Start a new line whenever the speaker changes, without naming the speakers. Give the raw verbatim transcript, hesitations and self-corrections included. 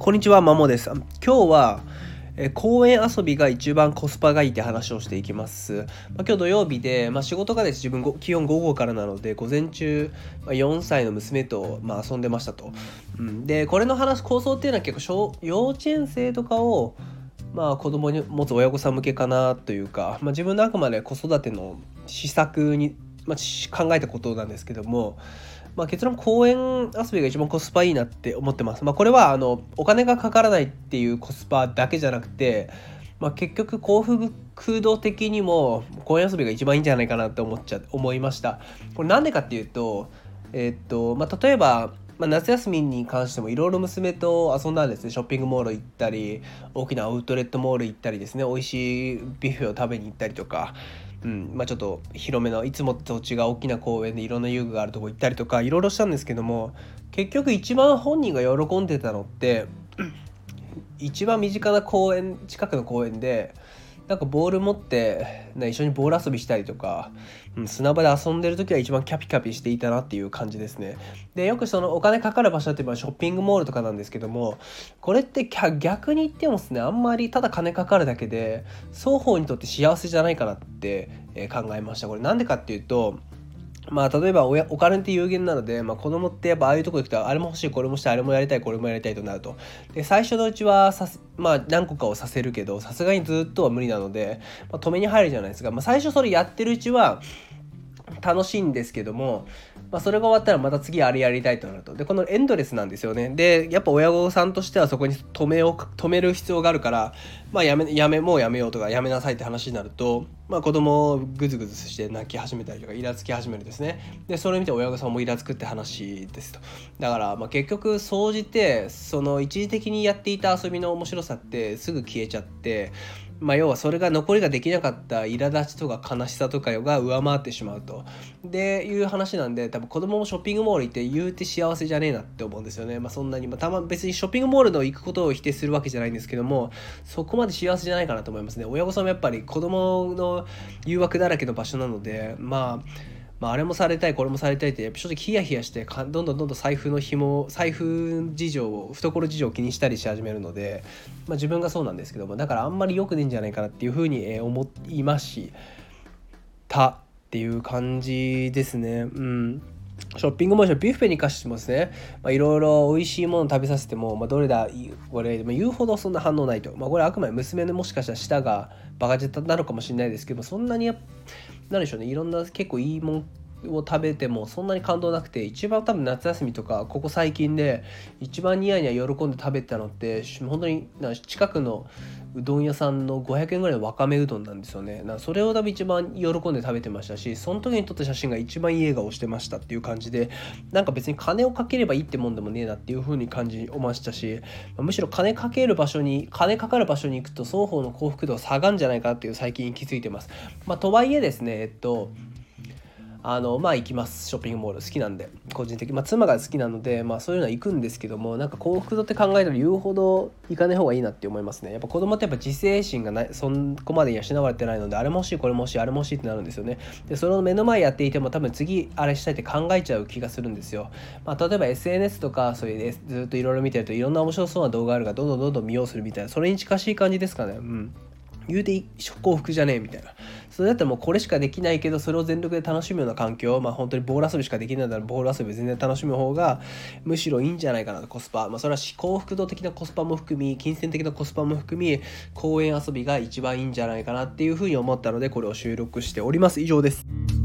こんにちは、マモです。今日はえ公園遊びが一番コスパがいいって話をしていきます。まあ、今日土曜日で、まあ、仕事がです、自分ご基本午後からなので、午前中、まあ、よんさいの娘と、まあ、遊んでましたと、うん、でこれの話構想っていうのは結構小幼稚園生とかをまあ子供に持つ親御さん向けかなというか、まあ、自分のあくまで子育ての施策に、まあ、考えたことなんですけども、まあ、結論公園遊びが一番コスパいいなって思ってます。まあ、これはあのお金がかからないっていうコスパだけじゃなくて、まあ、結局幸福度的にも公園遊びが一番いいんじゃないかなって思っちゃ思いました。これなんでかっていうと、えーっとまあ、例えばまあ、夏休みに関してもいろいろ娘と遊んだんですね。ショッピングモール行ったり、大きなアウトレットモール行ったりですね、美味しいビュッフェを食べに行ったりとか、うんまあ、ちょっと広めのいつもと違う大きな公園でいろんな遊具があるとこ行ったりとかいろいろしたんですけども、結局一番本人が喜んでたのって一番身近な公園、近くの公園でなんかボール持って、ね、一緒にボール遊びしたりとか、うん、砂場で遊んでる時は一番キャピキャピしていたなっていう感じですね。でよくそのお金かかる場所って言えばショッピングモールとかなんですけども、これって逆に言ってもですね、あんまりただ金かかるだけで双方にとって幸せじゃないかなって考えました。これなんでかっていうと、まあ例えばおやお金って有限なので、まあ、子供ってやっぱああいうとこ行くとあれも欲しいこれもしたいあれもやりたいこれもやりたいとなると、で最初のうちはさまあ何個かをさせるけどさすがにずっとは無理なので、まあ、止めに入るじゃないですか。まあ、最初それやってるうちは楽しいんですけども、まあ、それが終わったらまた次あれやりたいとなると、でこのエンドレスなんですよね。でやっぱ親御さんとしてはそこに止めを止める必要があるから、まあ、やめやめもうやめようとかやめなさいって話になると、まあ、子供をグズグズして泣き始めたりとかイラつき始めるですね。でそれを見て親御さんもイラつくって話ですと。だからまあ結局総じてその一時的にやっていた遊びの面白さってすぐ消えちゃって、まあ、要はそれが残りができなかった苛立ちとか悲しさとかが上回ってしまうとでいう話なんで、多分子供もショッピングモール行って言うて幸せじゃねえなって思うんですよね。まあ、そんなに、まあ、たま別にショッピングモールの行くことを否定するわけじゃないんですけども、そこまで幸せじゃないかなと思いますね。親御さんもやっぱり子供の誘惑だらけの場所なので、まあまあ、あれもされたいこれもされたいって正直ヒヤヒヤしてかどんどんどんどん財布の紐財布事情を懐事情を気にしたりし始めるので、まあ、自分がそうなんですけども、だからあんまり良くねえんじゃないかなっていうふうに思いましたっていう感じですね。うんショッピングモールビュッフェに関してもですね、いろいろ美味しいもの食べさせても、まあ、どれだこれ、まあ、言うほどそんな反応ないと、まあ、これあくまで娘のもしかしたら舌がバカ舌なのかもしれないですけど、そんなに何でしょうね、いろんな結構いいもんを食べてもそんなに感動なくて、一番多分夏休みとかここ最近で一番ニヤニヤ喜んで食べたのって本当に近くのうどん屋さんのごひゃくえんぐらいのわかめうどんなんですよね。なそれを多分一番喜んで食べてましたし、その時に撮った写真が一番いい笑顔をしてましたっていう感じで、なんか別に金をかければいいってもんでもねえなっていう風に感じましたし、むしろ金かける場所に金かかる場所に行くと双方の幸福度が下がるんじゃないかっていう最近気づいてます。まあ、とはいえですね、えっとあのまあ行きます。ショッピングモール好きなんで、個人的に、まあ、妻が好きなので、まあ、そういうのは行くんですけども、なんか幸福度って考えたら言うほど行かない方がいいなって思いますね。やっぱ子供ってやっぱ自制心がないそこまで養われてないので、あれも欲しいこれも欲しいあれも欲しいってなるんですよね。でそれを目の前やっていても多分次あれしたいって考えちゃう気がするんですよ。まあ、例えば エスエヌエス とかそういう、ね、ずっといろいろ見てるといろんな面白そうな動画あるがどんどんどんどん見ようするみたいな、それに近しい感じですかね。うん言うて幸福じゃねえみたいな。それだったらもうこれしかできないけどそれを全力で楽しむような環境、まあ本当にボール遊びしかできないならボール遊び全然楽しむ方がむしろいいんじゃないかなと。コスパ、まあそれは幸福度的なコスパも含み金銭的なコスパも含み公園遊びが一番いいんじゃないかなっていうふうに思ったのでこれを収録しております。以上です。